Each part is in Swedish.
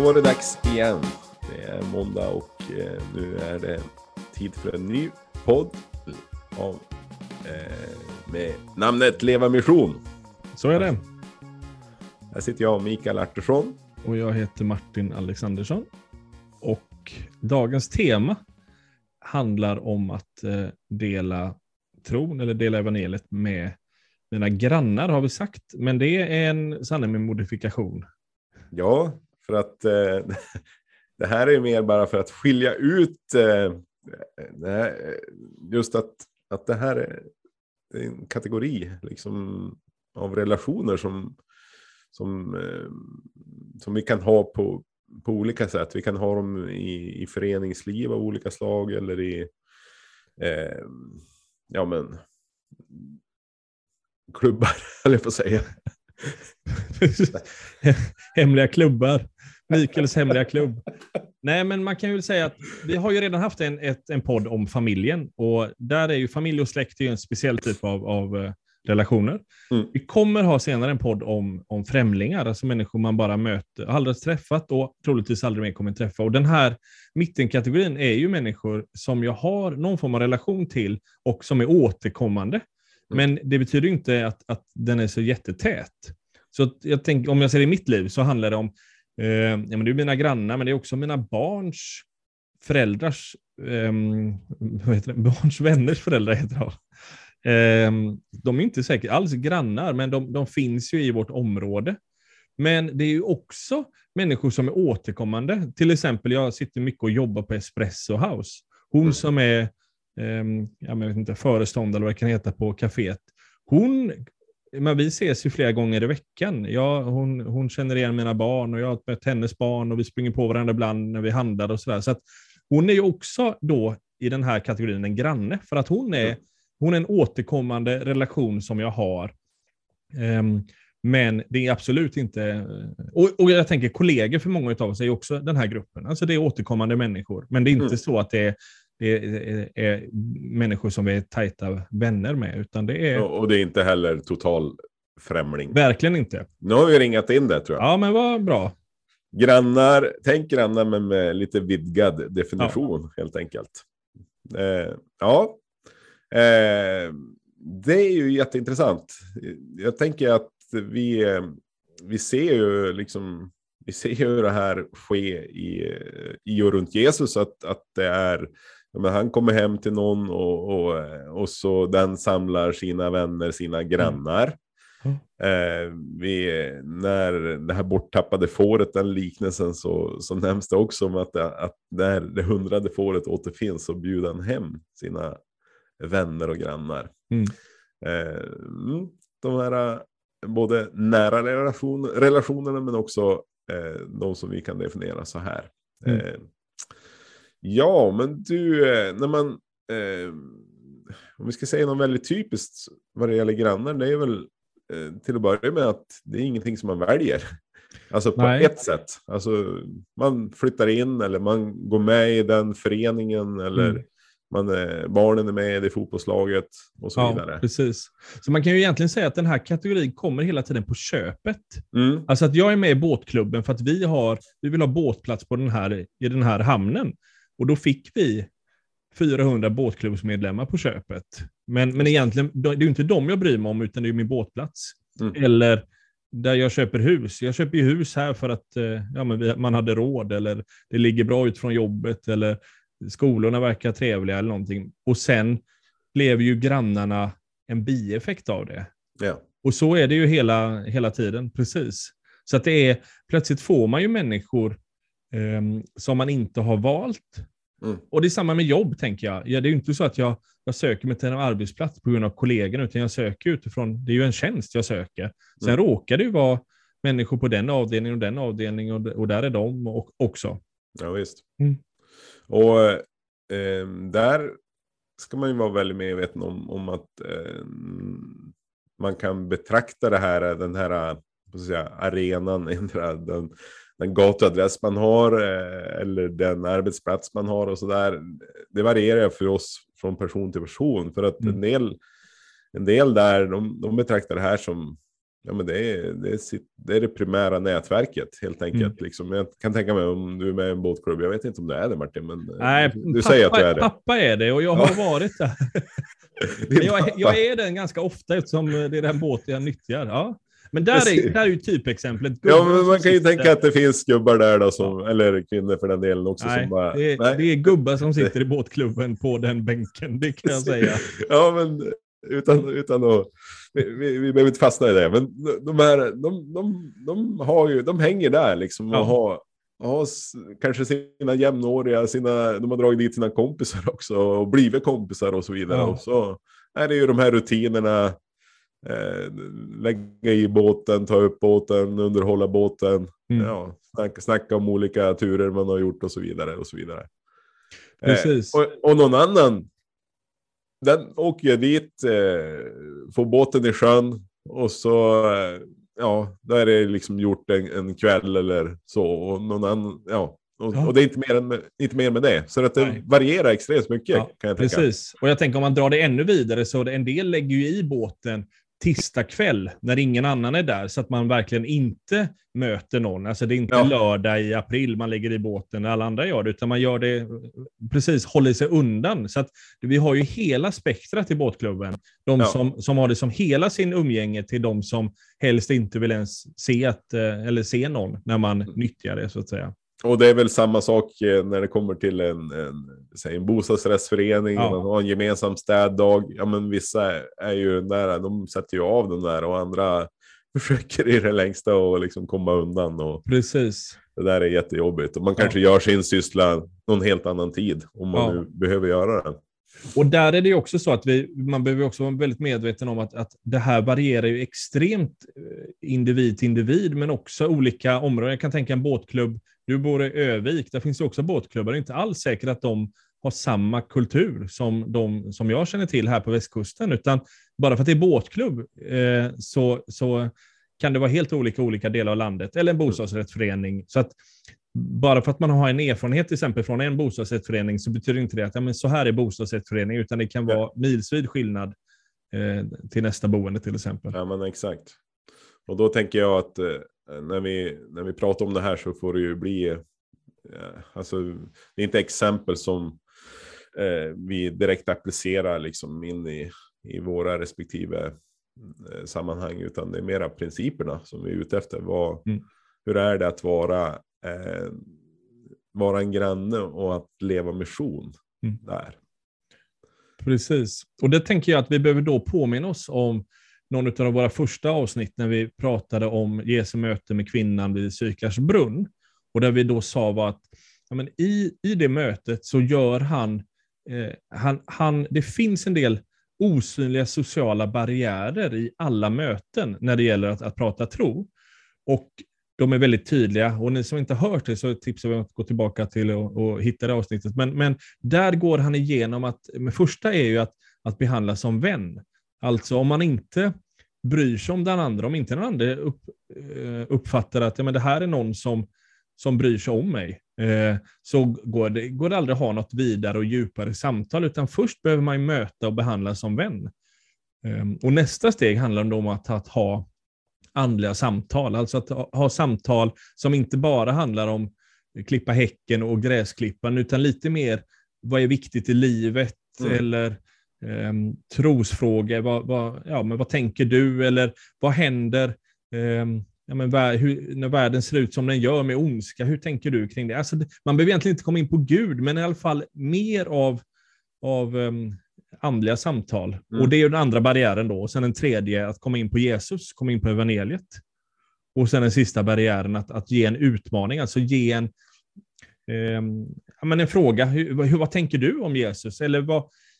var det dags igen. Det är måndag och nu är det tid för en ny podd med namnet Leva Mission. Så är det. Här sitter jag, Mikael Artursson. Och jag heter Martin Alexandersson. Och dagens tema handlar om att dela tron eller dela evangeliet med mina grannar, har vi sagt. Men det är en sanning med modifikation. Ja, för att det här är mer bara för att skilja ut just att det här är en kategori liksom, av relationer som vi kan ha på olika sätt. Vi kan ha dem i föreningsliv av olika slag eller i klubbar, eller jag får säga. Hemliga klubbar. Mikaels hemliga klubb. Nej, men man kan ju säga att vi har ju redan haft en podd om familjen. Och där är ju familj och släkt en speciell typ av relationer. Mm. Vi kommer ha senare en podd om främlingar. Alltså människor man bara möter, aldrig träffat och troligtvis aldrig mer kommer träffa. Och den här mittenkategorin är ju människor som jag har någon form av relation till och som är återkommande. Men det betyder inte att den är så jättetät. Så jag tänker, om jag ser i mitt liv så handlar det om men det är mina grannar, men det är också mina barns föräldrars barns vänners föräldrar heter det. De är inte säkert alls grannar, men de finns ju i vårt område. Men det är ju också människor som är återkommande. Till exempel, jag sitter mycket och jobbar på Espresso House. Hon som är jag vet inte, föreståndare eller vad det kan heta på kaféet. Men vi ses ju flera gånger i veckan. Hon känner igen mina barn och jag har mött hennes barn och vi springer på varandra ibland när vi handlar och sådär. Så att hon är ju också då i den här kategorin en granne, för att hon är en återkommande relation som jag har. Men det är absolut inte... Och jag tänker kollegor för många av oss är ju också den här gruppen. Alltså det är återkommande människor. Men det är inte så att det är människor som vi är tajta vänner med, utan det är... Och det är inte heller total främling. Verkligen inte. Nu har vi ringat in det, tror jag. Ja, men vad bra. Tänk grannar men med lite vidgad definition, helt enkelt. Det är ju jätteintressant. Jag tänker att vi ser ju liksom... Vi ser ju det här ske i och runt Jesus, att det är, men han kommer hem till någon och så den samlar sina vänner, sina grannar. När det här borttappade fåret, den liknelsen, så nämns det också om att när det 100:e fåret återfinns så bjuder han hem sina vänner och grannar. De här både nära relationerna men också de som vi kan definiera så här. Ja, men du, när man om vi ska säga något väldigt typiskt vad det gäller grannar, det är väl till att börja med att det är ingenting som man väljer. Alltså på ett sätt. Alltså man flyttar in eller man går med i den föreningen eller barnen är med i det fotbollslaget och så vidare. Ja, precis. Så man kan ju egentligen säga att den här kategorin kommer hela tiden på köpet. Alltså att jag är med i båtklubben för att vi vill ha båtplats i den här hamnen. Och då fick vi 400 båtklubbsmedlemmar på köpet. Men egentligen, det är ju inte dem jag bryr mig om, utan det är min båtplats. Eller där jag köper hus. Jag köper ju hus här för att man hade råd, eller det ligger bra ut från jobbet, eller skolorna verkar trevliga eller någonting. Och sen blev ju grannarna en bieffekt av det. Ja. Och så är det ju hela tiden, precis. Så att det är, plötsligt får man ju människor som man inte har valt. Och det är samma med jobb, tänker jag. Ja, det är ju inte så att jag söker mig till en arbetsplats på grund av kollegorna, utan jag söker utifrån, det är ju en tjänst jag söker. Sen råkar det ju vara människor på den avdelningen och den avdelningen och där är de också. Ja, visst. Och där ska man ju vara väldigt medveten om att man kan betrakta den här arenan, den gatuadress man har eller den arbetsplats man har och sådär. Det varierar för oss från person till person, för att en del där de betraktar det här som Ja, men det är det primära nätverket helt enkelt. Liksom. Jag kan tänka mig om du är med i en båtklubb. Jag vet inte om det är det, Martin, men Nej, du säger att du är det. Pappa är det och jag har varit där. Jag är den ganska ofta eftersom det är den båten jag nyttjar. Ja. Men där är ju typexemplet. Ja, men man kan ju tänka att det finns gubbar där då, eller kvinnor för den delen också. Nej, som bara, det är gubbar som sitter i båtklubben på den bänken, det kan jag säga. Ja, men utan att... Vi behöver inte fastna i det. Men de hänger där liksom och har kanske sina jämnåriga, de har dragit dit sina kompisar också och blivit kompisar och så vidare. Ja. Och så är det ju de här rutinerna, lägga i båten, ta upp båten, underhålla båten, snacka om olika turer man har gjort och så vidare och så vidare. Precis. Och någon annan, den åker jag dit, får båten i sjön och så då är det liksom gjort en kväll eller så, och någon annan, och det är inte mer med det. Så att det varierar extremt mycket, kan jag tänka. Precis. Och jag tänker om man drar det ännu vidare, så en del lägger ju i båten tisdag kväll när ingen annan är där, så att man verkligen inte möter någon. Alltså det är inte lördag i april man lägger i båten när alla andra gör det, utan man gör det precis, håller sig undan. Så att vi har ju hela spektrat i båtklubben. De som har det som hela sin umgänge, till de som helst inte vill ens se någon när man nyttjar det, så att säga. Och det är väl samma sak när det kommer till en bostadsrättsförening. Man har en gemensam städdag. Ja, men vissa är ju där, de sätter ju av den där, och andra försöker i det längsta och liksom komma undan. Och precis. Det där är jättejobbigt. Och man kanske gör sin syssla någon helt annan tid om man nu behöver göra det. Och där är det ju också så att man behöver också vara väldigt medveten om att det här varierar ju extremt individ till individ, men också olika områden. Jag kan tänka en båtklubb. Du bor i Övik, där finns det också båtklubbar. Det är inte alls säkert att de har samma kultur som de som jag känner till här på västkusten, utan bara för att det är båtklubb så kan det vara helt olika delar av landet, eller en bostadsrättsförening. Så att bara för att man har en erfarenhet till exempel från en bostadsrättsförening, så betyder inte det att så här är bostadsrättsförening, utan det kan vara milsvid skillnad till nästa boende till exempel. Ja, men exakt. Och då tänker jag att när vi pratar om det här, så får det ju bli alltså, det är inte exempel som vi direkt applicerar liksom in i våra respektive sammanhang, utan det är mera principerna som vi är ute efter. Hur är det att vara en granne och att leva mission där? Precis. Och det tänker jag att vi behöver då påminna oss om någon av våra första avsnitt när vi pratade om Jesu möte med kvinnan vid Sykars brunn. Och där vi då sa var att i det mötet så gör han det finns en del osynliga sociala barriärer i alla möten när det gäller att prata tro. Och de är väldigt tydliga, och ni som inte har hört det, så tipsar vi om att gå tillbaka till och hitta det avsnittet. Men där går han igenom att, med första är ju att behandla som vän. Alltså om man inte bryr sig om den andra, om inte den andra uppfattar att det här är någon som bryr sig om mig, så går det aldrig att ha något vidare och djupare samtal, utan först behöver man möta och behandla som vän. Och nästa steg handlar om att ha andliga samtal, alltså att ha samtal som inte bara handlar om klippa häcken och gräsklippan, utan lite mer vad är viktigt i livet, eller trosfrågor, vad tänker du, eller vad händer när världen ser ut som den gör med ondska, hur tänker du kring det? Alltså, man behöver egentligen inte komma in på Gud, men i alla fall mer av andliga samtal. Och det är ju den andra barriären då. Och sen den tredje, att komma in på Jesus, komma in på evangeliet. Och sen den sista barriären, att ge en utmaning, alltså ge en fråga. Vad tänker du om Jesus? Eller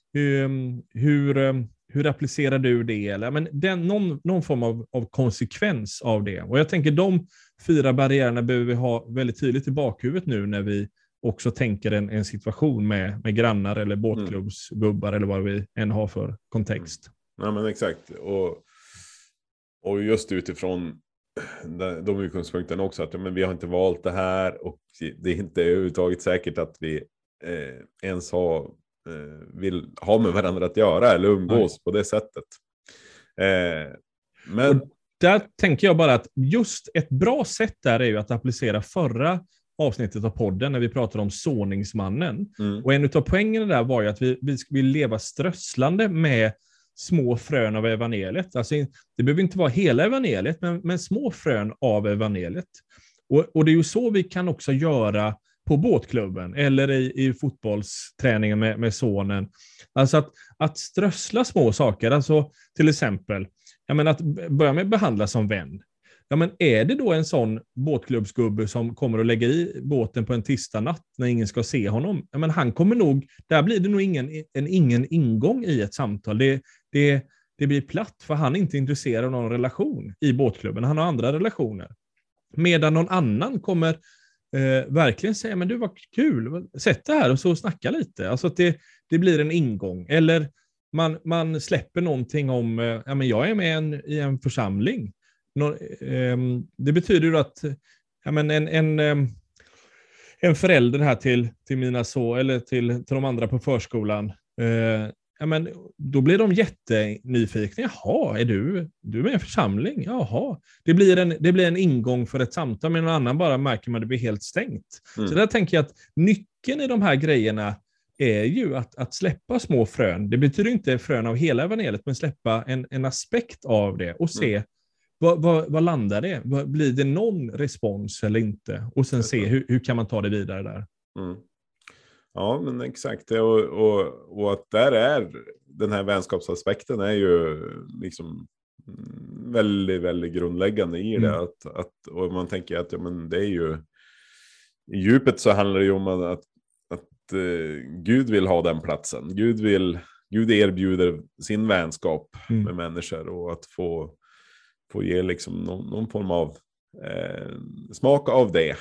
hur applicerar du det? Eller, någon form av konsekvens av det. Och jag tänker de 4 barriärerna behöver vi ha väldigt tydligt i bakhuvudet nu när vi också tänker en situation med grannar eller båtklubbsgubbar eller vad vi än har för kontext. Ja, men exakt. Och just utifrån de utgångspunkterna också, att vi har inte valt det här, och det är inte överhuvudtaget säkert att vi ens vill ha med varandra att göra eller umgås på det sättet. Men där tänker jag bara att just ett bra sätt där är ju att applicera förra avsnittet av podden när vi pratade om såningsmannen. Och en av poängerna där var ju att vi vill leva strösslande med små frön av evangeliet. Alltså, det behöver inte vara hela evangeliet, men små frön av evangeliet. Och det är ju så vi kan också göra på båtklubben eller i fotbollsträningen med sonen. Alltså att strössla små saker. Alltså till exempel, jag menar, att börja med att behandla som vän. Ja, men är det då en sån båtklubbsgubbe som kommer att lägga i båten på en tisdagnatt när ingen ska se honom? Ja, men han kommer nog, där blir det nog ingen ingång i ett samtal. Det blir platt, för han är inte intresserad av någon relation i båtklubben. Han har andra relationer. Medan någon annan kommer verkligen säga, men du, var kul, sätt det här och så snacka lite. Alltså att det blir en ingång. Eller man släpper någonting om, ja, men jag är med i en församling. Det betyder ju att, ja, men en förälder här till mina eller till de andra på förskolan, ja, men då blir de jättenyfikna. Jaha, är du med i en församling? Jaha. Det blir en ingång för ett samtal, men någon annan bara märker man att det blir helt stängt. Så där tänker jag att nyckeln i de här grejerna är ju att släppa små frön. Det betyder inte frön av hela evangeliet, men släppa en aspekt av det och se vad landar det? Blir det någon respons eller inte? Och sen se hur kan man ta det vidare där. Ja, men exakt. Och att där är den här vänskapsaspekten är ju liksom väldigt, väldigt grundläggande i det. Och man tänker att, ja, men det är ju, i djupet så handlar det ju om att Gud vill ha den platsen. Gud erbjuder sin vänskap med människor, och att få ge liksom någon form av smak av det.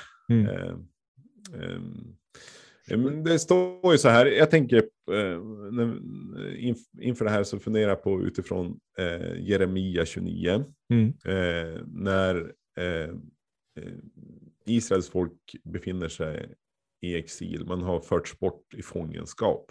Det står ju så här, jag tänker inför det här så funderar jag på utifrån Jeremia 29. När Israels folk befinner sig i exil. Man har förts bort i fångenskap.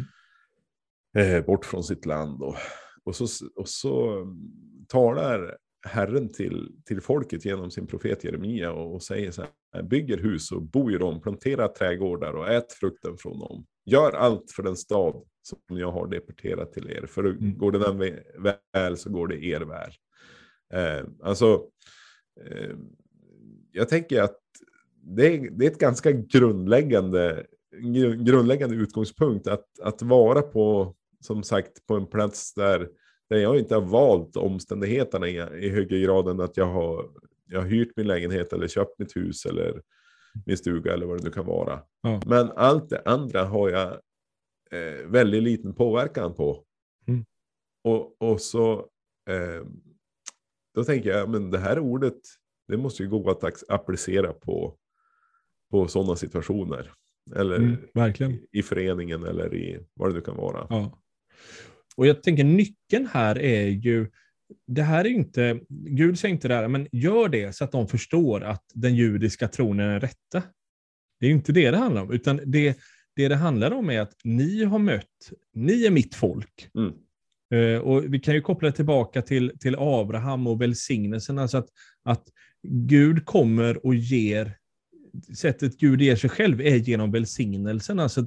Bort från sitt land. Och så talar Herren till folket genom sin profet Jeremia och säger så här: bygger hus och bo i dem, plantera trädgårdar och ät frukten från dem. Gör allt för den stad som jag har deporterat till er. För går det den väl så går det er väl. Jag tänker att det är ett ganska grundläggande utgångspunkt att vara på, som sagt, på en plats där jag inte har valt omständigheterna i högre grad än att jag har hyrt min lägenhet eller köpt mitt hus eller min stuga eller vad det nu kan vara. Ja. Men allt det andra har jag väldigt liten påverkan på. Och så då tänker jag, men det här ordet, det måste ju gå att applicera på sådana situationer. Eller verkligen. I föreningen eller i vad det nu kan vara. Ja. Och jag tänker nyckeln här är ju, det här är inte, Gud säger inte det här, men gör det så att de förstår att den judiska tron är den rätta. Det är inte det handlar om, utan det handlar om är att ni är mitt folk. Och vi kan ju koppla tillbaka till Abraham och välsignelsen, alltså att Gud kommer och ger, sättet Gud ger sig själv är genom välsignelsen. Alltså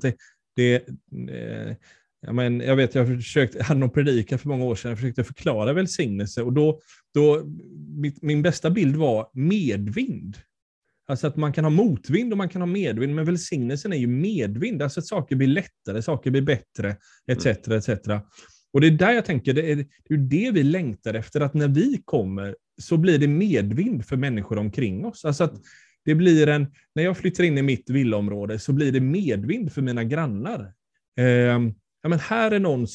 jag vet, jag hade någon predika för många år sedan, jag försökte förklara välsignelse, och då min bästa bild var medvind. Alltså att man kan ha motvind och man kan ha medvind, men välsignelsen är ju medvind, alltså att saker blir lättare, saker blir bättre, etc. etc. Och det är där jag tänker, det är det vi längtar efter, att när vi kommer så blir det medvind för människor omkring oss. Alltså att det blir när jag flyttar in i mitt villaområde så blir det medvind för mina grannar. Men här är någon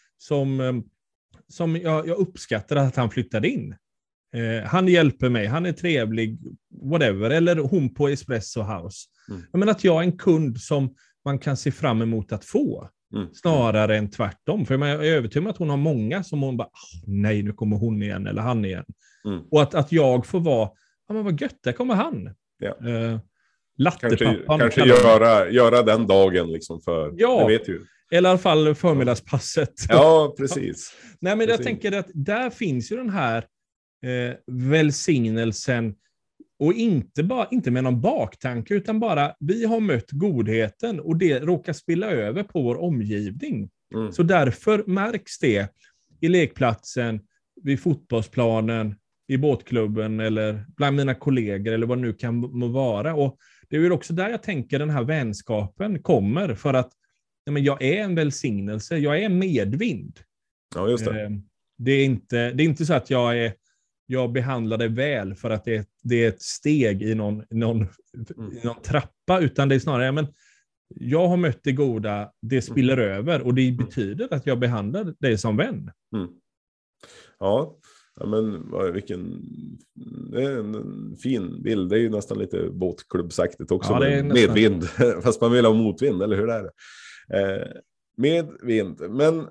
som jag uppskattar att han flyttade in. Han hjälper mig, han är trevlig, whatever. Eller hon på Espresso House. Men att jag är en kund som man kan se fram emot att få. Snarare än tvärtom. För jag är övertygad om att hon har många som hon bara, nej, nu kommer hon igen eller han igen. Och att jag får vara, men vad gött, där kommer han. Ja. Lattepappan. Kanske göra den dagen liksom för, ja, det vet ju. Eller i alla fall förmiddagspasset. Ja, precis. Nej, men precis. Jag tänker att där finns ju den här välsignelsen, och inte med någon baktanke, utan bara vi har mött godheten och det råkar spilla över på vår omgivning. Så därför märks det i lekplatsen, vid fotbollsplanen, i båtklubben eller bland mina kollegor eller vad det nu kan vara. Och det är ju också där jag tänker den här vänskapen kommer, för att jag är en välsignelse, jag är medvind. Ja, just det. Det är inte så att jag behandlar det väl för att det är ett steg i någon trappa, utan det är snarare, men jag har mött det goda, det spiller över, och det betyder att jag behandlar dig som vän. Ja, men det är en fin bild. Det är ju nästan lite båtklubbsaktigt också, ja, med vind, fast man vill ha motvind, eller hur det är? Med vind. Men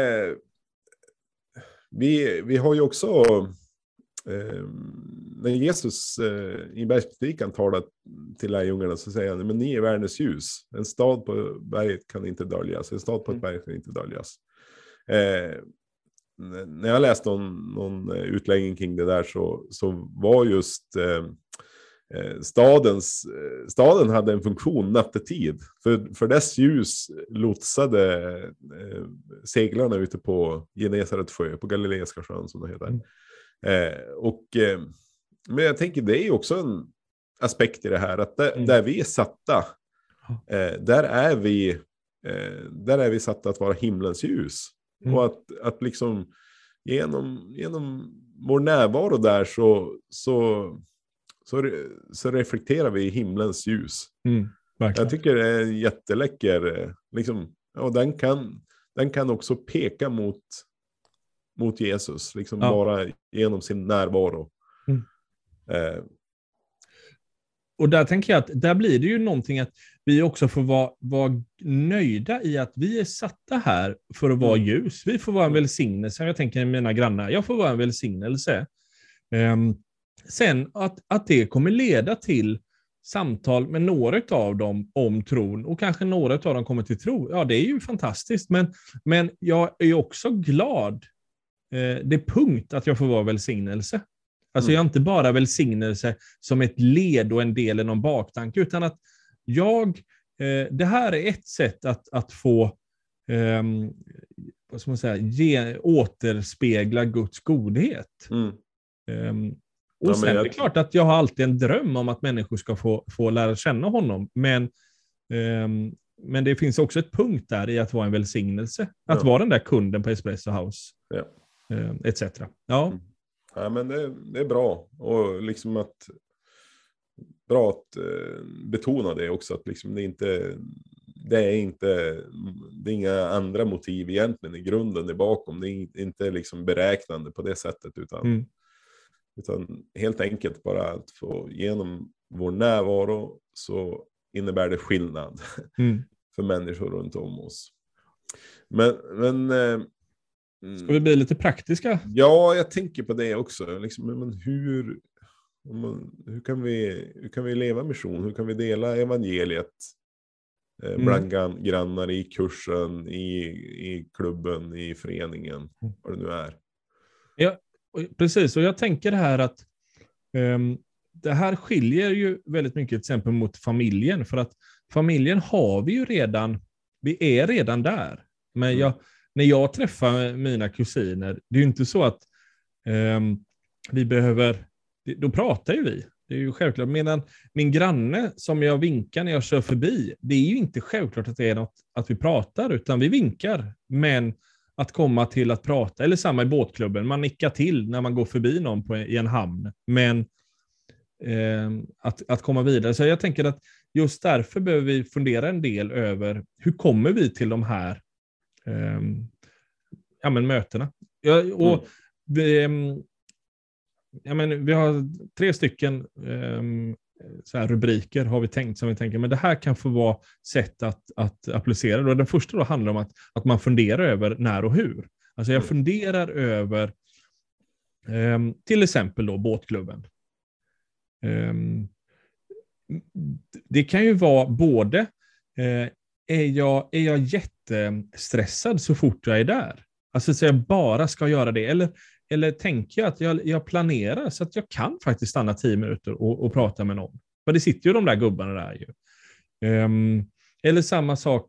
vi har ju också när Jesus i bergspredikan talar till lärjungarna, så säger han, men ni är världens ljus. En stad på berget kan inte döljas. En stad på ett berg kan inte döljas. När jag läste någon utläggning kring det där, så var just staden hade en funktion nattetid. För dess ljus lotsade seglarna ute på Genesarets sjö, på Galileiska sjön som det heter. Men jag tänker, det är ju också en aspekt i det här, att där vi är satta, där är vi satta att vara himlens ljus. Och att liksom genom vår närvaro där så reflekterar vi himlens ljus. Jag tycker det är jätteläcker liksom, och den kan också peka mot Jesus, liksom, bara genom sin närvaro. Och där tänker jag att där blir det ju någonting att vi också får vara nöjda i att vi är satta här för att vara ljus. Vi får vara en välsignelse. Jag tänker mina grannar, jag får vara en välsignelse. Sen att det kommer leda till samtal med några av dem om tron, och kanske några av dem kommer till tro. Ja, det är ju fantastiskt. Men jag är också glad. Det är punkt att jag får vara välsignelse. Alltså jag är inte bara välsignelse som ett led och en del i någon baktanke, utan att det här är ett sätt att få vad ska man säga, återspegla Guds godhet. Och sen är det klart att jag har alltid en dröm om att människor ska få lära känna honom, men det finns också ett punkt där i att vara en välsignelse, att vara den där kunden på Espresso House, etc. Ja. Ja, men det är bra, och liksom bra att betona det också, att liksom det är inga andra motiv egentligen i grunden är bakom. Det är inte liksom beräknande på det sättet, utan helt enkelt bara att få genom vår närvaro så innebär det skillnad för människor runt om oss. Men ska vi bli lite praktiska? Ja, jag tänker på det också. Liksom, men hur kan vi leva mission? Hur kan vi dela evangeliet bland grannar, i kursen, i klubben, i föreningen, vad det nu är? Ja, precis. Och jag tänker det här att det här skiljer ju väldigt mycket till exempel mot familjen. För att familjen har vi ju redan, vi är redan där. Men när jag träffar mina kusiner, det är ju inte så att vi behöver, då pratar ju vi. Det är ju självklart. Medan min granne som jag vinkar när jag kör förbi, det är ju inte självklart att det är något att vi pratar, utan vi vinkar. Men att komma till att prata, eller samma i båtklubben, man nickar till när man går förbi någon i en hamn. Men att komma vidare. Så jag tänker att just därför behöver vi fundera en del över hur kommer vi till de här mötena. Vi har 3 stycken så här rubriker har vi tänkt, som vi tänker, men det här kan få vara sätt att applicera. Då den första då handlar om att man funderar över när och hur. Alltså jag funderar över till exempel då båtklubben. Det kan ju vara både är jag jättestressad så fort jag är där? Alltså så jag bara ska göra det, eller eller tänker jag att jag planerar så att jag kan faktiskt stanna 10 minuter och prata med någon? För det sitter ju de där gubbarna där ju. Eller samma sak,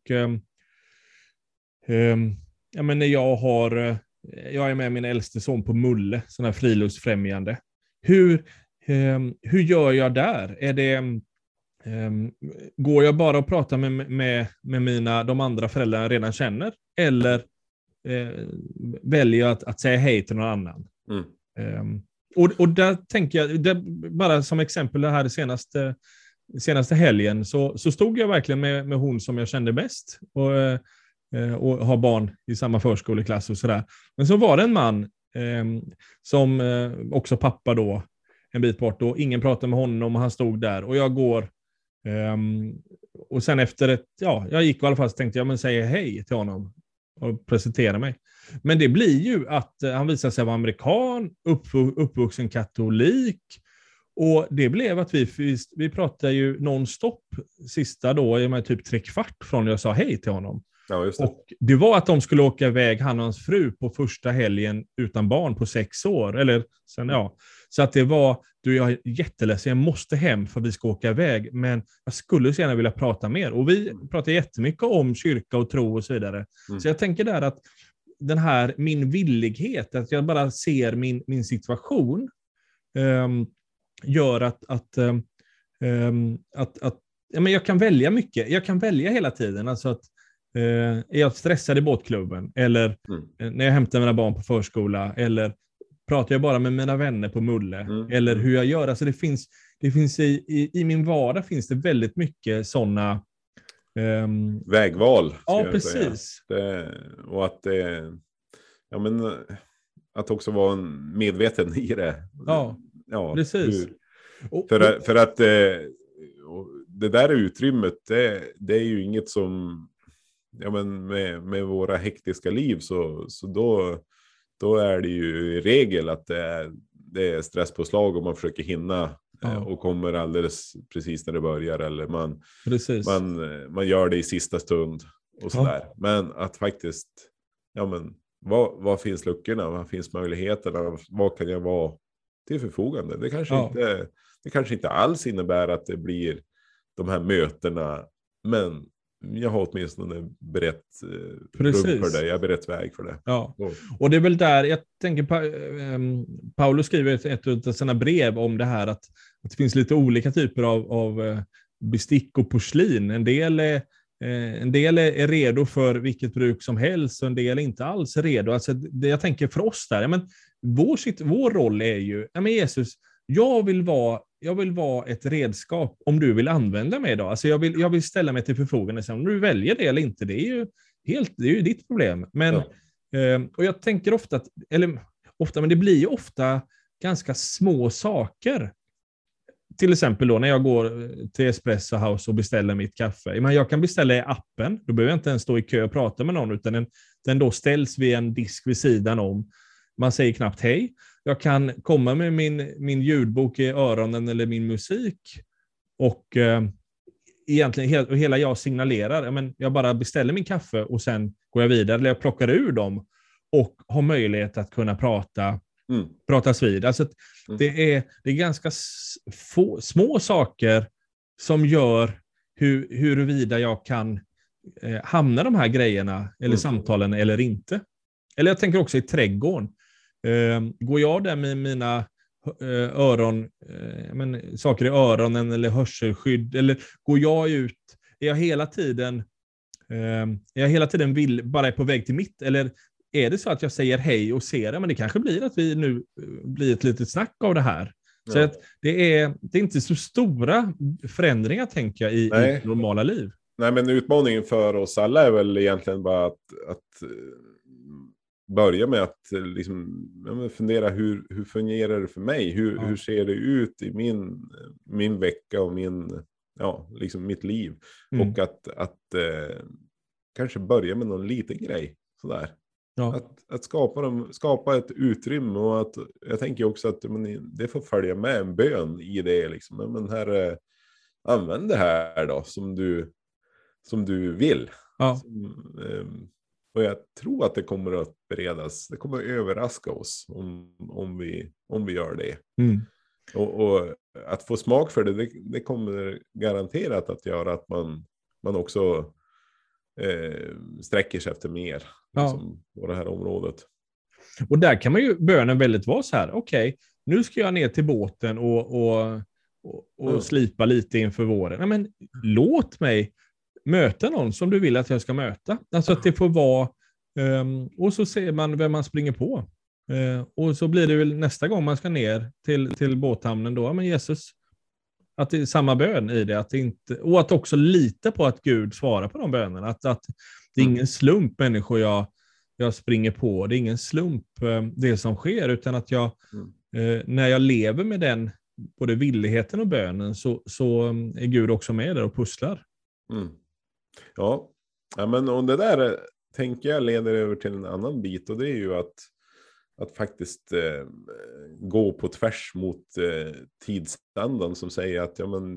ja, men när jag är med min äldste son på Mulle, sån här friluftsfrämjande. Hur gör jag där? Är det, går jag bara och pratar med de andra föräldrarna jag redan känner? Eller väljer jag att säga hej till någon annan? Och där tänker jag, bara som exempel det här senaste helgen, så stod jag verkligen med hon som jag kände bäst och har barn i samma förskoleklass och sådär. Men så var det en man som också pappa då, en bit bort, och ingen pratade med honom och han stod där och jag går och sen efter jag gick i alla fall, så tänkte jag, men säger hej till honom och presentera mig. Men det blir ju att han visade sig vara amerikan, uppvuxen katolik, och det blev att vi pratade ju nonstop sista då, i med typ 3/4 från jag sa hej till honom. Ja, just det. Och det var att de skulle åka iväg, han och hans fru, på första helgen utan barn på 6 år. Eller sen, så att det var, jag är jätteledsen, jag måste hem för vi ska åka iväg, men jag skulle så gärna vilja prata mer. Och vi pratar jättemycket om kyrka och tro och så vidare. Så jag tänker där att den här, min villighet, att jag bara ser min situation, gör att jag kan välja mycket. Jag kan välja hela tiden. Alltså att är jag stressad i båtklubben, eller när jag hämtar mina barn på förskola, eller pratar jag bara med mina vänner på Mulle, eller hur jag gör. Alltså det finns i min vardag finns det väldigt mycket sådana vägval. Ja, precis. Och att att också vara medveten i det. Ja, precis. För att det där utrymmet, det är ju inget som, med våra hektiska liv, så då är det ju i regel att det är stresspåslag och man försöker hinna och kommer alldeles precis när det börjar, eller man gör det i sista stund och sådär. Men att faktiskt, vad finns luckorna, vad finns möjligheterna, vad kan jag vara till förfogande? Det kanske inte alls innebär att det blir de här mötena, men jag har åtminstone berett rum för det. Jag har berett väg för det. Ja. Och det är väl där jag tänker, Paulus skriver ett av sina brev om det här, att det finns lite olika typer av bestick och porslin. En del är redo för vilket bruk som helst, och en del är inte alls redo. Alltså jag tänker för oss där, vår roll är ju, Jesus, jag vill vara ett redskap om du vill använda mig idag. Alltså jag vill ställa mig till förfogande. Sen om du väljer det eller inte, det är ju ditt problem. Men och jag tänker ofta men det blir ju ofta ganska små saker. Till exempel då när jag går till Espresso House och beställer mitt kaffe. Men jag kan beställa i appen. Då behöver jag inte ens stå i kö och prata med någon, utan den då ställs vid en disk vid sidan om. Man säger knappt hej. Jag kan komma med min ljudbok i öronen eller min musik, och egentligen hela jag signalerar. Jag bara beställer min kaffe och sen går jag vidare, eller jag plockar ur dem och har möjlighet att kunna pratas vid. Alltså det är ganska små saker som gör huruvida jag kan hamna de här grejerna eller samtalen eller inte. Eller jag tänker också i trädgården. Går jag där med mina saker i öronen eller hörselskydd, eller går jag ut, är jag hela tiden bara är på väg till mitt, eller är det så att jag säger hej och ser det, men det kanske blir att vi nu blir ett litet snack av det här. Så att det är inte så stora förändringar, tänker jag, i normala liv. Nej, men utmaningen för oss alla är väl egentligen bara att börja med att liksom fundera hur fungerar det för mig? Hur ser det ut i min vecka och mitt liv? Och att kanske börja med någon liten grej sådär. Ja. Att skapa ett utrymme, och att jag tänker också att det får följa med en bön i det liksom. Men här, använd det här då som du vill. Ja. Och jag tror att det kommer att beredas, det kommer att överraska oss om vi gör det. Mm. Och att få smak för det kommer garanterat att göra att man också sträcker sig efter mer liksom, på det här området. Och där kan man ju bönen väldigt vara så här, okej, nu ska jag ner till båten och slipa lite inför våren. Nej, men låt mig möta någon som du vill att jag ska möta. Alltså att det får vara, och så ser man vem man springer på. Och så blir det väl nästa gång man ska ner till båthamnen då, men Jesus, att det är samma bön i det, och att också lita på att Gud svarar på de bönerna, att det är ingen slump människor jag springer på, det är ingen slump det som sker, utan att jag när jag lever med den både villigheten och bönen så är Gud också med där och pusslar. Ja, men om det där tänker jag leder över till en annan bit, och det är ju att faktiskt gå på tvärs mot tidsandan som säger att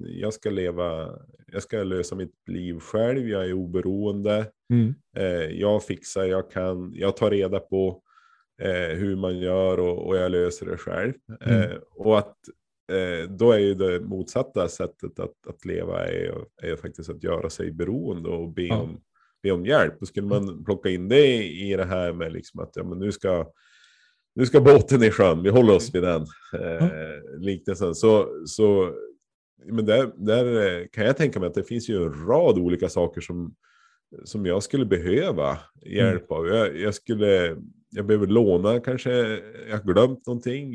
jag ska lösa mitt liv själv, jag är oberoende, jag fixar, jag tar reda på hur man gör och jag löser det själv. Och att då är ju det motsatta sättet att leva är faktiskt att göra sig beroende och be om hjälp. Och skulle man plocka in det i det här med liksom att nu ska båten i sjön, vi håller oss vid den liknelsen. Så men där kan jag tänka mig att det finns ju en rad olika saker som jag skulle behöva hjälp av. Jag behöver låna kanske, jag har glömt någonting,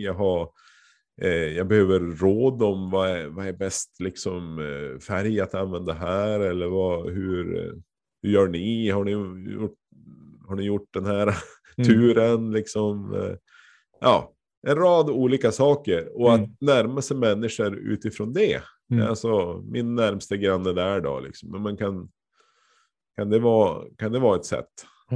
jag behöver råd om vad är bäst liksom färg att använda här, eller hur gör ni? Har ni gjort den här turen liksom? Ja, en rad olika saker, och att närma sig människor utifrån det. Alltså min närmsta granne där då liksom. Men man kan det vara ett sätt?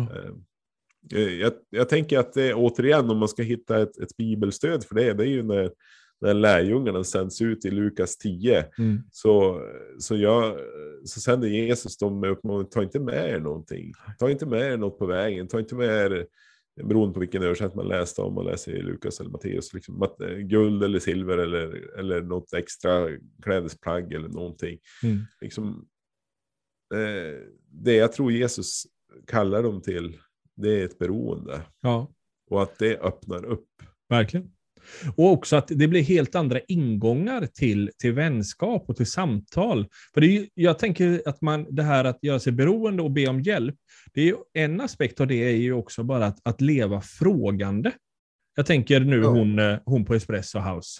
Jag tänker att det återigen, om man ska hitta ett bibelstöd för det är ju när lärjungarna sänds ut i Lukas 10 så sänder Jesus dem med uppmaning: ta inte med er någonting, ta inte med er något på vägen, ta inte med er, beroende på vilken översättning man läste, om man läser i Lukas eller Matteus, liksom, guld eller silver eller något extra klädesplagg eller någonting. Liksom, det jag tror Jesus kallar dem till, det är ett beroende. Ja. Och att det öppnar upp. Verkligen. Och också att det blir helt andra ingångar till vänskap och till samtal. För jag tänker att det här att göra sig beroende och be om hjälp, det är ju en aspekt av det, är ju också bara att leva frågande. Jag tänker nu hon på Espresso House.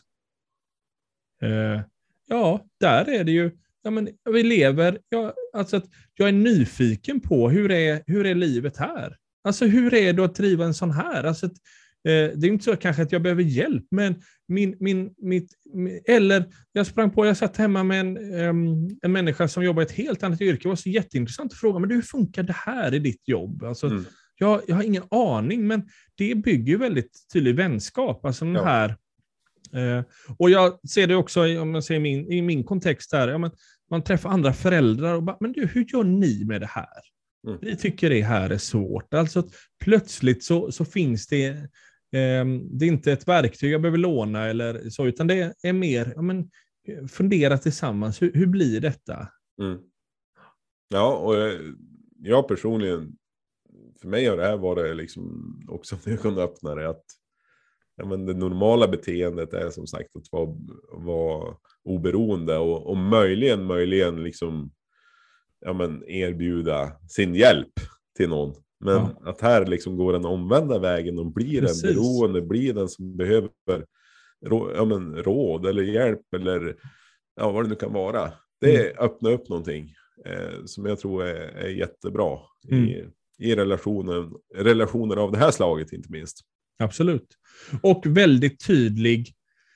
Där är det ju, vi lever, alltså att jag är nyfiken på hur är livet här? Alltså hur är det att driva en sån här? Alltså det är inte så kanske att jag behöver hjälp, men eller jag satt hemma med en människa som jobbar i ett helt annat yrke. Det var så jätteintressant att fråga, men hur funkar det här i ditt jobb? Alltså, jag har ingen aning, men det bygger ju väldigt tydlig vänskap. Alltså den här, och jag ser det också om man ser i min kontext här, man träffar andra föräldrar och bara, men du, hur gör ni med det här? Vi tycker det här är svårt. Alltså plötsligt så finns det är inte ett verktyg jag behöver låna eller så, utan det är mer fundera tillsammans. Hur blir detta? Ja, och jag personligen, för mig har det här varit liksom också en ögonöppnare, att det normala beteendet är som sagt att vara oberoende och möjligen liksom erbjuda sin hjälp till någon. Men att här liksom går den omvända vägen och blir en beroende, blir den som behöver råd eller hjälp eller vad det nu kan vara. Det öppnar upp någonting som jag tror är jättebra i relationer av det här slaget, inte minst. Absolut. Och väldigt tydlig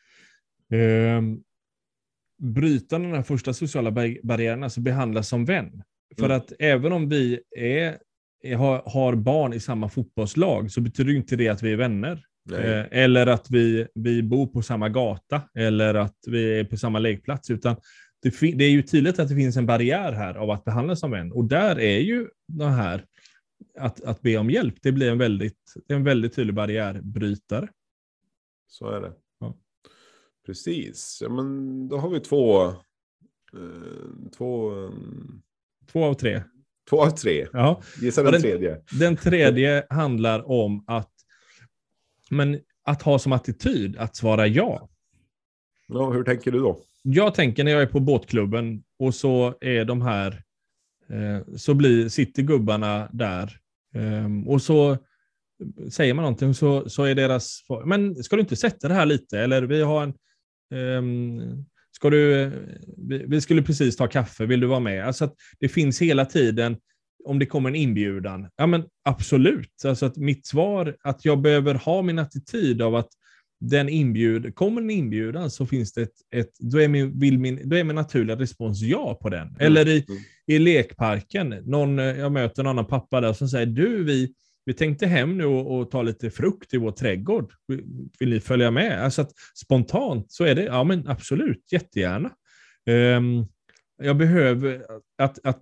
bryta den här första sociala barriärerna, alltså behandlas som vän. För att även om vi har barn i samma fotbollslag, så betyder inte det att vi är vänner. Eller att vi bor på samma gata, eller att vi är på samma lekplats, utan det är ju tydligt att det finns en barriär här av att behandlas som vän. Och där är ju den här att be om hjälp. Det blir en väldigt tydlig barriärbrytare. Så är det. Ja. Precis. Ja, men då har vi två 2 av 3. 2 av 3. Ja. Gissa den tredje. Den tredje handlar om att ha som attityd att svara ja. Ja, hur tänker du då? Jag tänker när jag är på båtklubben och så är de här sitter gubbarna där och så säger man någonting så är deras men ska du inte sätta det här lite eller vi har vi skulle precis ta kaffe, vill du vara med? Alltså att det finns hela tiden om det kommer en inbjudan. Ja men absolut. Alltså att mitt svar att jag behöver ha min attityd av att kommer en inbjudan så finns det då är min naturliga respons ja på den. Eller i lekparken, jag möter en annan pappa där som säger vi tänkte hem nu och ta lite frukt i vår trädgård. Vill ni följa med? Alltså att spontant så är det, ja men absolut, jättegärna. Jag behöver att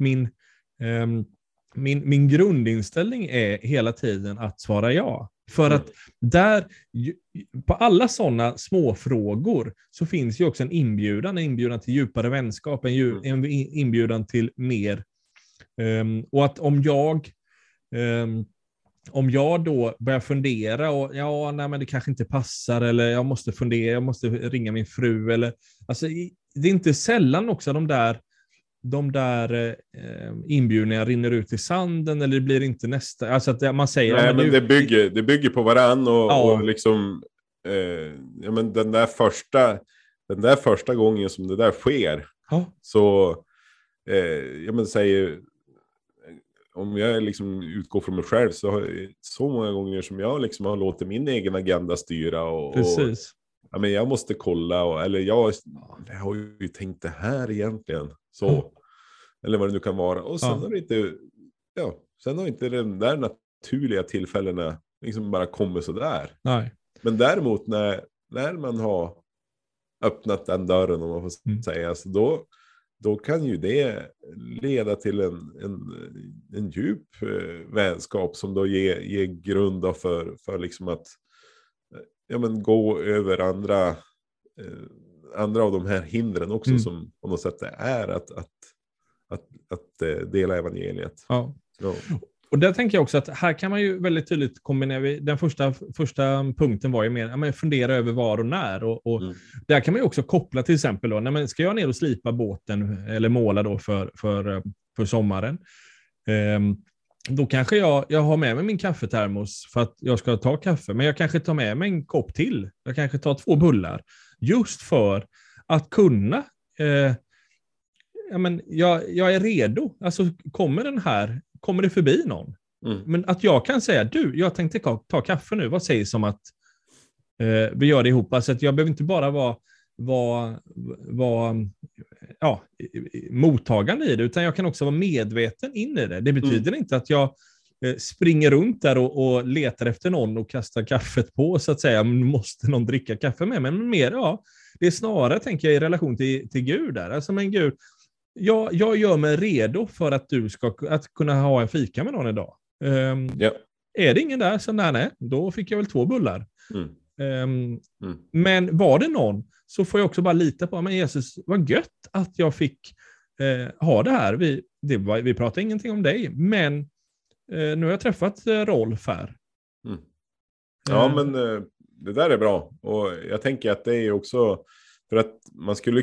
min grundinställning är hela tiden att svara ja. För att på alla sådana små frågor så finns ju också en inbjudan till djupare vänskap, en inbjudan till mer. Och att om jag då börjar fundera och men det kanske inte passar eller jag måste fundera, jag måste ringa min fru eller alltså det är inte sällan också de där inbjudningarna rinner ut i sanden eller det blir inte nästa, alltså att man säger nej, men det bygger på varann och liksom men den där första gången som det där sker så säger om jag liksom utgår från mig själv så många gånger som jag liksom har låtit min egen agenda styra och men jag måste kolla eller jag har ju tänkt det här egentligen så eller vad det nu kan vara och sen har inte den där naturliga tillfällena liksom bara kommit så där. Nej. Men däremot när man har öppnat den dörren om man får säga så då kan ju det leda till en djup vänskap som då ger grund för liksom att gå över andra av de här hindren också som på något sätt är att dela evangeliet. Ja. Och där tänker jag också att här kan man ju väldigt tydligt kombinera. Den första punkten var ju mer fundera över var och när. Och där kan man ju också koppla till exempel då, ska jag ner och slipa båten eller måla då för sommaren. Då kanske jag har med mig min kaffetermos för att jag ska ta kaffe. Men jag kanske tar med mig en kopp till. Jag kanske tar 2 bullar. Just för att kunna... jag är redo. Alltså kommer det förbi någon? Men att jag kan säga, jag tänkte ta kaffe nu. Vad sägs om att vi gör det ihop? Alltså att jag behöver inte bara vara mottagande i det, utan jag kan också vara medveten in i det. Det betyder inte att jag springer runt där och letar efter någon och kastar kaffet på, så att säga. Måste någon dricka kaffe med mig? Men mer, det är snarare, tänker jag, i relation till Gud där. Alltså, men Gud, jag gör mig redo för att du ska kunna ha en fika med någon idag. Är det ingen där, så nej, då fick jag väl 2 bullar. Men var det någon, så får jag också bara lita på, men Jesus, vad gött att jag fick ha det här. Vi pratar ingenting om dig, men nu har jag träffat Rolf här. Ja, men det där är bra. Och jag tänker att det är också för att man skulle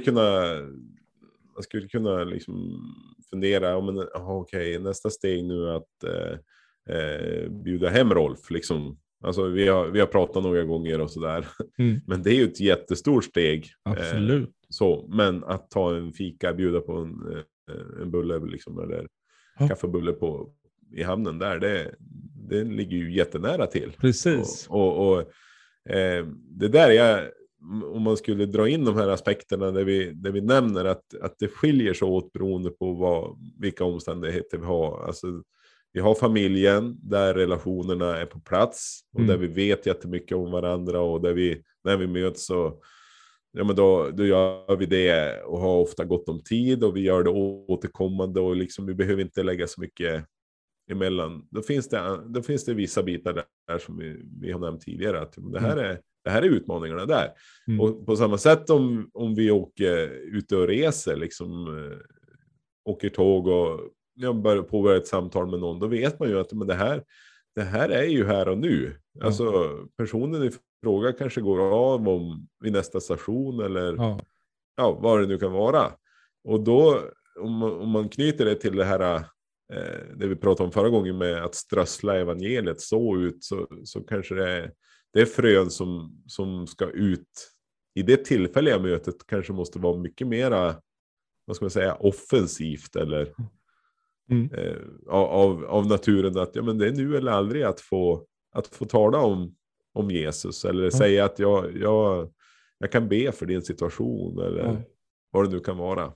kunna liksom fundera om nästa steg nu att bjuda hem Rolf liksom. Alltså vi har pratat några gånger och sådär. Men det är ju ett jättestort steg. Absolut. Men att ta en fika, bjuda på en bulle liksom, eller kaffebulle i hamnen där, det ligger ju jättenära till. Precis. Och det där om man skulle dra in de här aspekterna där vi nämner att det skiljer sig åt beroende på vilka omständigheter vi har. Alltså, vi har familjen där relationerna är på plats och där vi vet jättemycket om varandra och där när vi möts så då gör vi det och har ofta gott om tid och vi gör det återkommande och liksom vi behöver inte lägga så mycket emellan. Då finns det vissa bitar där som vi har nämnt tidigare. Att det här är utmaningarna där. Och på samma sätt om vi åker ute och reser, liksom åker tåg och jag börjar påbörja ett samtal med någon, då vet man ju att men det här är ju här och nu. Alltså personen i fråga kanske går av vid nästa station eller vad det nu kan vara. Och då om man knyter det till det här det vi pratade om förra gången med att strössla evangeliet så ut, så kanske det är frön som ska ut i det tillfälliga mötet kanske måste vara mycket mera, vad ska man säga, offensivt eller av naturen, att men det är nu eller aldrig att få tala om Jesus eller säga att jag kan be för din situation eller vad det nu kan vara.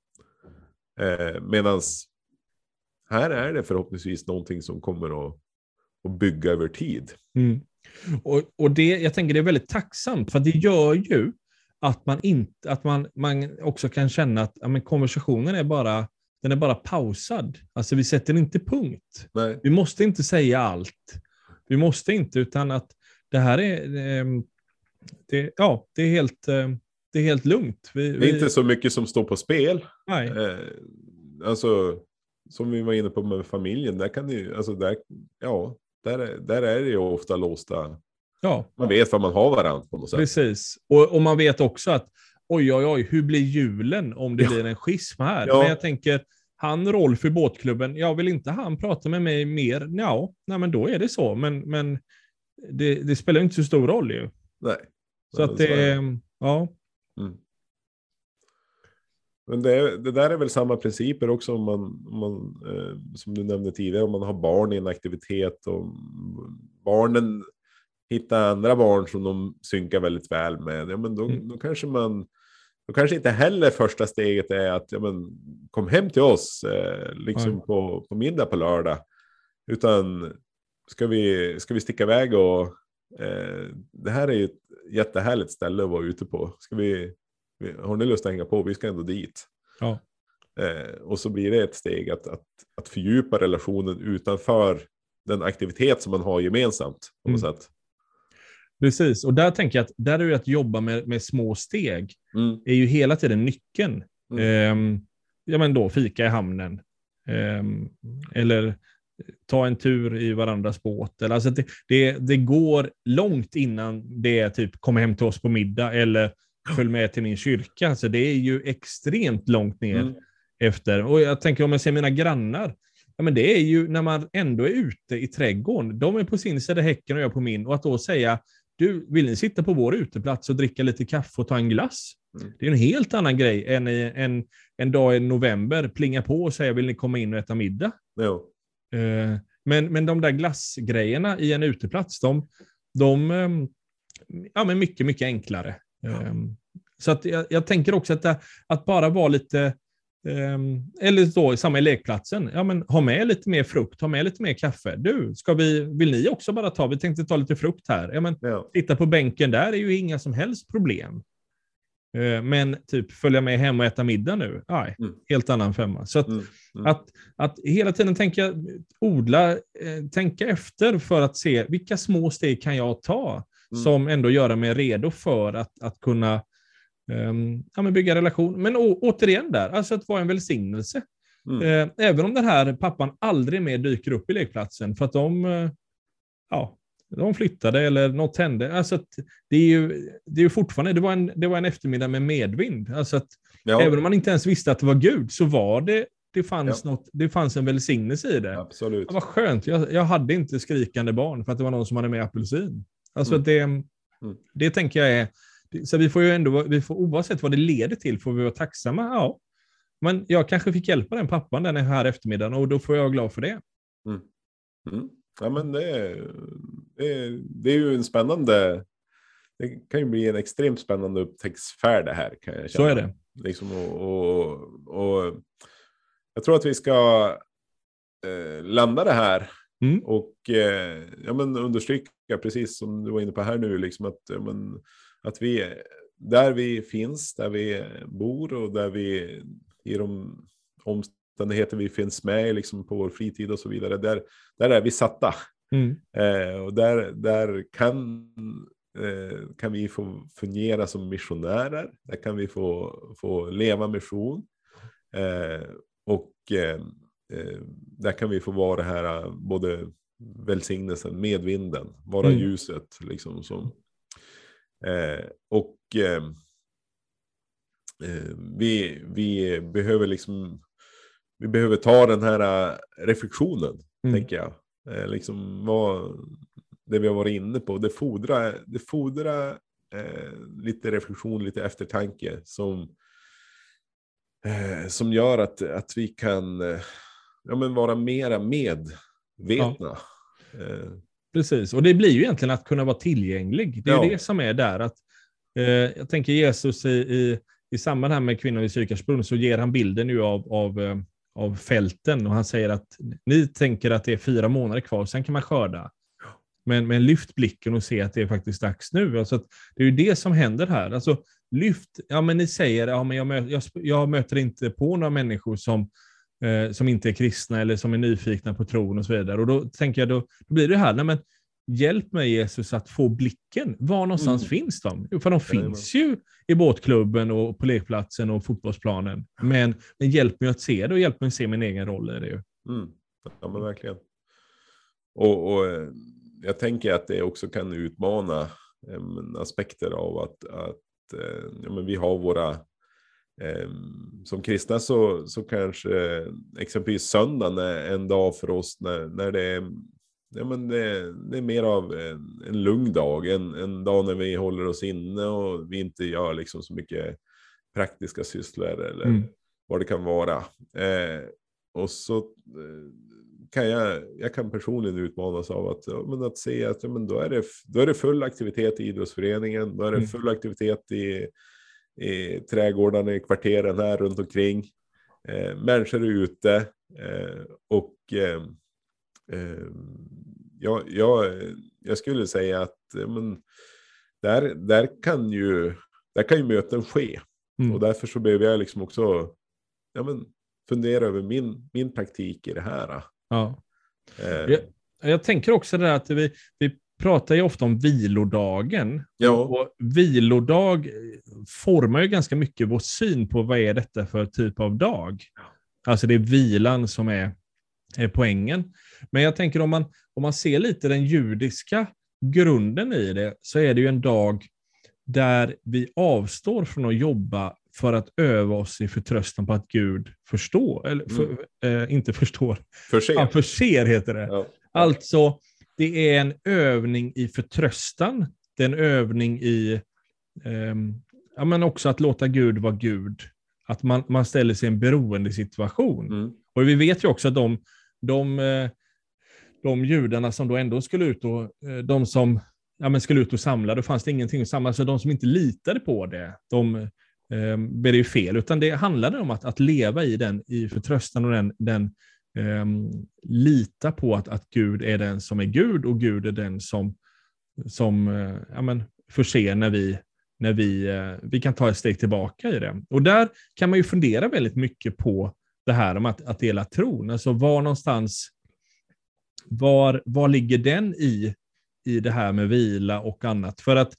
Medans här är det förhoppningsvis någonting som kommer att bygga över tid. Och det, jag tänker det är väldigt tacksamt, för det gör ju att man också kan känna att konversationen är bara pausad. Alltså vi sätter inte punkt. Nej. Vi måste inte säga allt. Vi måste inte, utan att det här är det är helt lugnt. Det är inte så mycket som står på spel. Nej. Alltså som vi var inne på med familjen, där kan ju, alltså där är det ju ofta låsta. Ja. Man vet vad man har varandra på något sätt. Precis. Och man vet också att oj, hur blir julen om det blir en schism här? Men jag tänker, Rolf i båtklubben, vill inte han prata med mig mer? Nej, men då är det så. Men det spelar inte så stor roll ju. Nej. Så att det Men det där är väl samma principer också om man som du nämnde tidigare, om man har barn i en aktivitet och barnen hittar andra barn som de synkar väldigt väl med. Men då kanske inte heller första steget är att kom hem till oss liksom på middag på lördag, utan ska vi sticka iväg och det här är ju ett jättehärligt ställe att vara ute på. Har ni lust att hänga på? Vi ska ändå dit. Ja. Och så blir det ett steg att fördjupa relationen utanför den aktivitet som man har gemensamt på något sätt. Precis, och där tänker jag att där är det att jobba med små steg är ju hela tiden nyckeln. Då fika i hamnen. Eller ta en tur i varandras båt. Eller, alltså det går långt innan det är typ kom hem till oss på middag eller följ med till min kyrka. Alltså det är ju extremt långt ner efter. Och jag tänker om jag ser mina grannar. Men det är ju när man ändå är ute i trädgården. De är på sin sida häcken och jag på min. Och att då säga, du, vill ni sitta på vår uteplats och dricka lite kaffe och ta en glass? Det är en helt annan grej än en dag i november plinga på och säga, vill ni komma in och äta middag? Jo. Men de där glassgrejerna i en uteplats, de är mycket, mycket enklare. Så att jag tänker också att bara vara lite eller då samma i lekplatsen, ha med lite mer frukt, ha med lite mer kaffe. Du, vill ni också bara vi tänkte ta lite frukt här. Titta på bänken där är ju inga som helst problem. Men typ följa med hem och äta middag nu. Nej, helt annan femma. Så att hela tiden tänka efter för att se vilka små steg kan jag ta som ändå gör mig redo för att kunna bygga relation. Men återigen där, alltså att vara en välsignelse. Även om den här pappan aldrig mer dyker upp i lekplatsen för att de flyttade eller något hände. Alltså att det är ju fortfarande, det var en eftermiddag med medvind. Alltså att även om man inte ens visste att det var Gud, så var det fanns en välsignelse i det. Absolut. Det var skönt. Jag hade inte skrikande barn för att det var någon som hade med apelsin. Alltså det tänker jag är. Så vi får oavsett vad det leder till får vi vara tacksamma. Ja. Men jag kanske fick hjälpa den pappan den här eftermiddagen och då får jag vara glad för det. Ja, men det är ju en spännande, det kan ju bli en extremt spännande upptäcktsfärd det här, kan jag känna. Så är det. Liksom, och jag tror att vi ska landa det här och understryka precis som du var inne på här nu, liksom att vi där vi finns, där vi bor och där vi i de omständigheter vi finns med liksom på vår fritid och så vidare, där är vi satta. Och där kan vi få fungera som missionärer. Där kan vi få leva mission. Och där kan vi få vara det här både välsignelsen, medvinden, vara ljuset liksom som. Vi behöver liksom, vi behöver ta den här reflektionen, tänker jag. Liksom det vi har varit inne på, det fordrar lite reflektion, lite eftertanke som gör att vi kan vara mera medvetna. Precis, och det blir ju egentligen att kunna vara tillgänglig. Det är ju det som är där. Att, jag tänker Jesus i samband här med kvinnor i Sykarsbrunn, så ger han bilden nu av fälten, och han säger att ni tänker att det är 4 månader kvar, sen kan man skörda. Men lyft blicken och se att det är faktiskt dags nu. Alltså att det är ju det som händer här. Alltså lyft, men ni säger, men jag möter inte på några människor som inte är kristna eller som är nyfikna på tron och så vidare. Och då tänker jag, då blir det här, men hjälp mig Jesus att få blicken. Var någonstans finns de? För de finns ju i båtklubben och på lekplatsen och fotbollsplanen. Men hjälp mig att se det, och hjälp mig att se min egen roll i det ju. Ja, men verkligen. Och jag tänker att det också kan utmana aspekter av att vi har våra som kristna så kanske exempelvis söndagen är en dag för oss när det är det är mer av en lugn dag, en dag när vi håller oss inne och vi inte gör liksom så mycket praktiska sysslor eller vad det kan vara. Och så kan jag kan personligen utmanas av att se att då är det full aktivitet i idrottsföreningen, då är det full aktivitet i trädgårdarna i kvarteren här runt omkring. Människor är ute och jag skulle säga att där kan ju möten ske. Och därför så behöver jag liksom också fundera över min praktik i det här. Ja. Jag tänker också det där att vi pratar ju ofta om vilodagen. Ja. Och vilodag formar ju ganska mycket vår syn på vad är detta för typ av dag. Alltså det är vilan som är poängen. Men jag tänker om man ser lite den judiska grunden i det, så är det ju en dag där vi avstår från att jobba för att öva oss i förtröstan på att Gud förstår. Eller inte förstår. Förser. Han förser heter det. Ja. Alltså, det är en övning i förtröstan. Det är en övning i men också att låta Gud vara Gud. Att man ställer sig i en beroende situation. Och vi vet ju också att de judarna som då ändå skulle ut och de som skulle ut och samla, då fanns det ingenting att samla. Så de som inte litade på det, de blev ju fel. Utan det handlade om att leva i förtröstan och den lita på att Gud är den som är Gud, och Gud är den som förser när vi kan ta ett steg tillbaka i det. Och där kan man ju fundera väldigt mycket på det här om att dela tron. Alltså var någonstans, var ligger den i det här med vila och annat? För att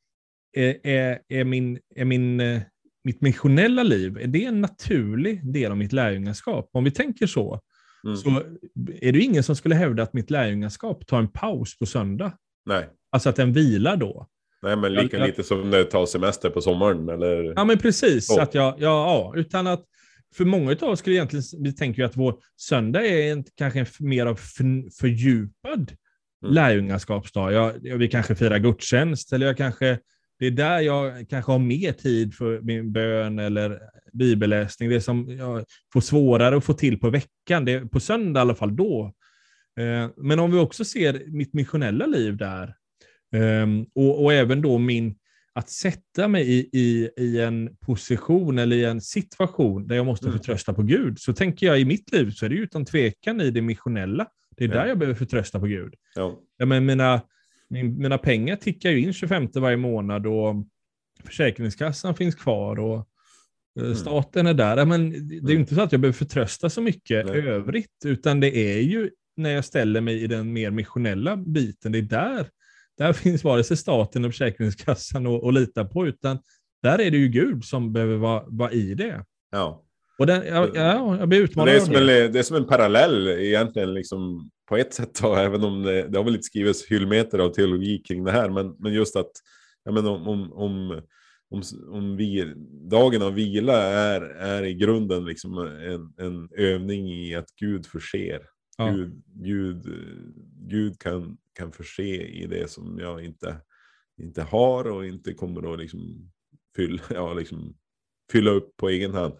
mitt missionella liv, är det en naturlig del av mitt lärjungaskap? Om vi tänker så är det ju ingen som skulle hävda att mitt lärjungaskap tar en paus på söndag. Nej. Alltså att den vilar då. Nej, men lite som det tar semester på sommaren. Eller? Ja, men precis. Att utan att för många av oss skulle egentligen, vi tänker ju att vår söndag är kanske mer av fördjupad lärjungaskapsdag. Vi kanske firar gudstjänst, eller det är där jag kanske har mer tid för min bön eller bibelläsning. Det som jag får svårare att få till på veckan. Det är på söndag i alla fall då. Men om vi också ser mitt missionella liv där, och även då att sätta mig i en position eller i en situation där jag måste förtrösta på Gud, så tänker jag i mitt liv så är det utan tvekan i det missionella. Det är där jag behöver förtrösta på Gud. Ja. Men mina pengar tickar ju in 25 varje månad, och Försäkringskassan finns kvar, Staten är där. Men det är ju inte så att jag behöver förtrösta så mycket övrigt, utan det är ju när jag ställer mig i den mer missionella biten, det är där finns vare sig staten och Försäkringskassan och lita på, utan där är det ju Gud som behöver vara i det. Ja. Och jag blir utmanad det är som en parallell egentligen liksom, på ett sätt då, även om det har väl inte skrivits hyllmeter av teologi kring det här, men just att jag menar, om dagen av vila är i grunden liksom en övning i att Gud förser. Ja. Gud kan förse i det som jag inte har och inte kommer att liksom fylla upp på egen hand.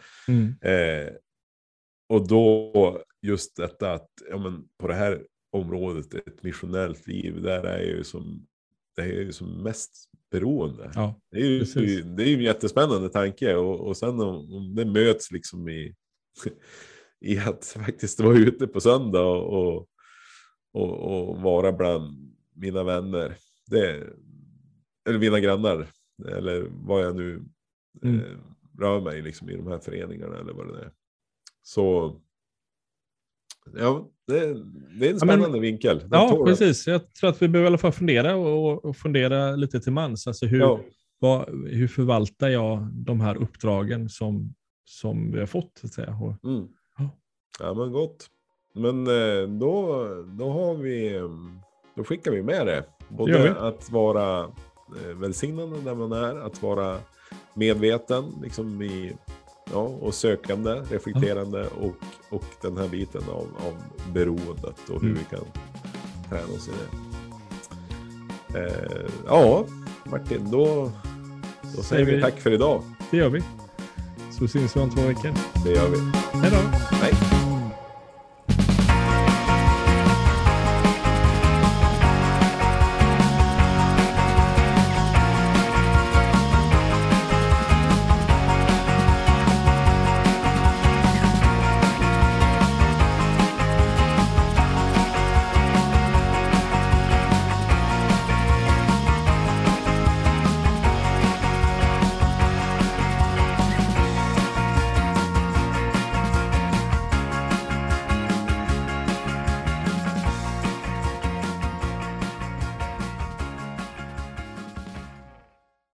Och då just detta att på det här området, ett missionellt liv, där är ju som mest beroende. Ja, det är ju en jättespännande tanke, och sen om det möts liksom i att faktiskt vara ute på söndag och vara bland mina vänner, eller mina grannar, eller vad jag nu rör mig liksom i de här föreningarna eller vad det är. Så ja, det är en spännande vinkel. Ja, precis. Jag tror att vi behöver i alla fall fundera och fundera lite till mans. Alltså hur förvaltar jag de här uppdragen som vi har fått, så att säga. Ja, men gott. Men då skickar vi med det. Både att vara välsignande där man är, att vara medveten liksom och sökande, reflekterande och den här biten av beroendet och hur vi kan träna oss i det. Martin, då säger vi tack för idag. Det gör vi. Så syns vi om 2 veckor. Det gör vi. Hej då. Hej.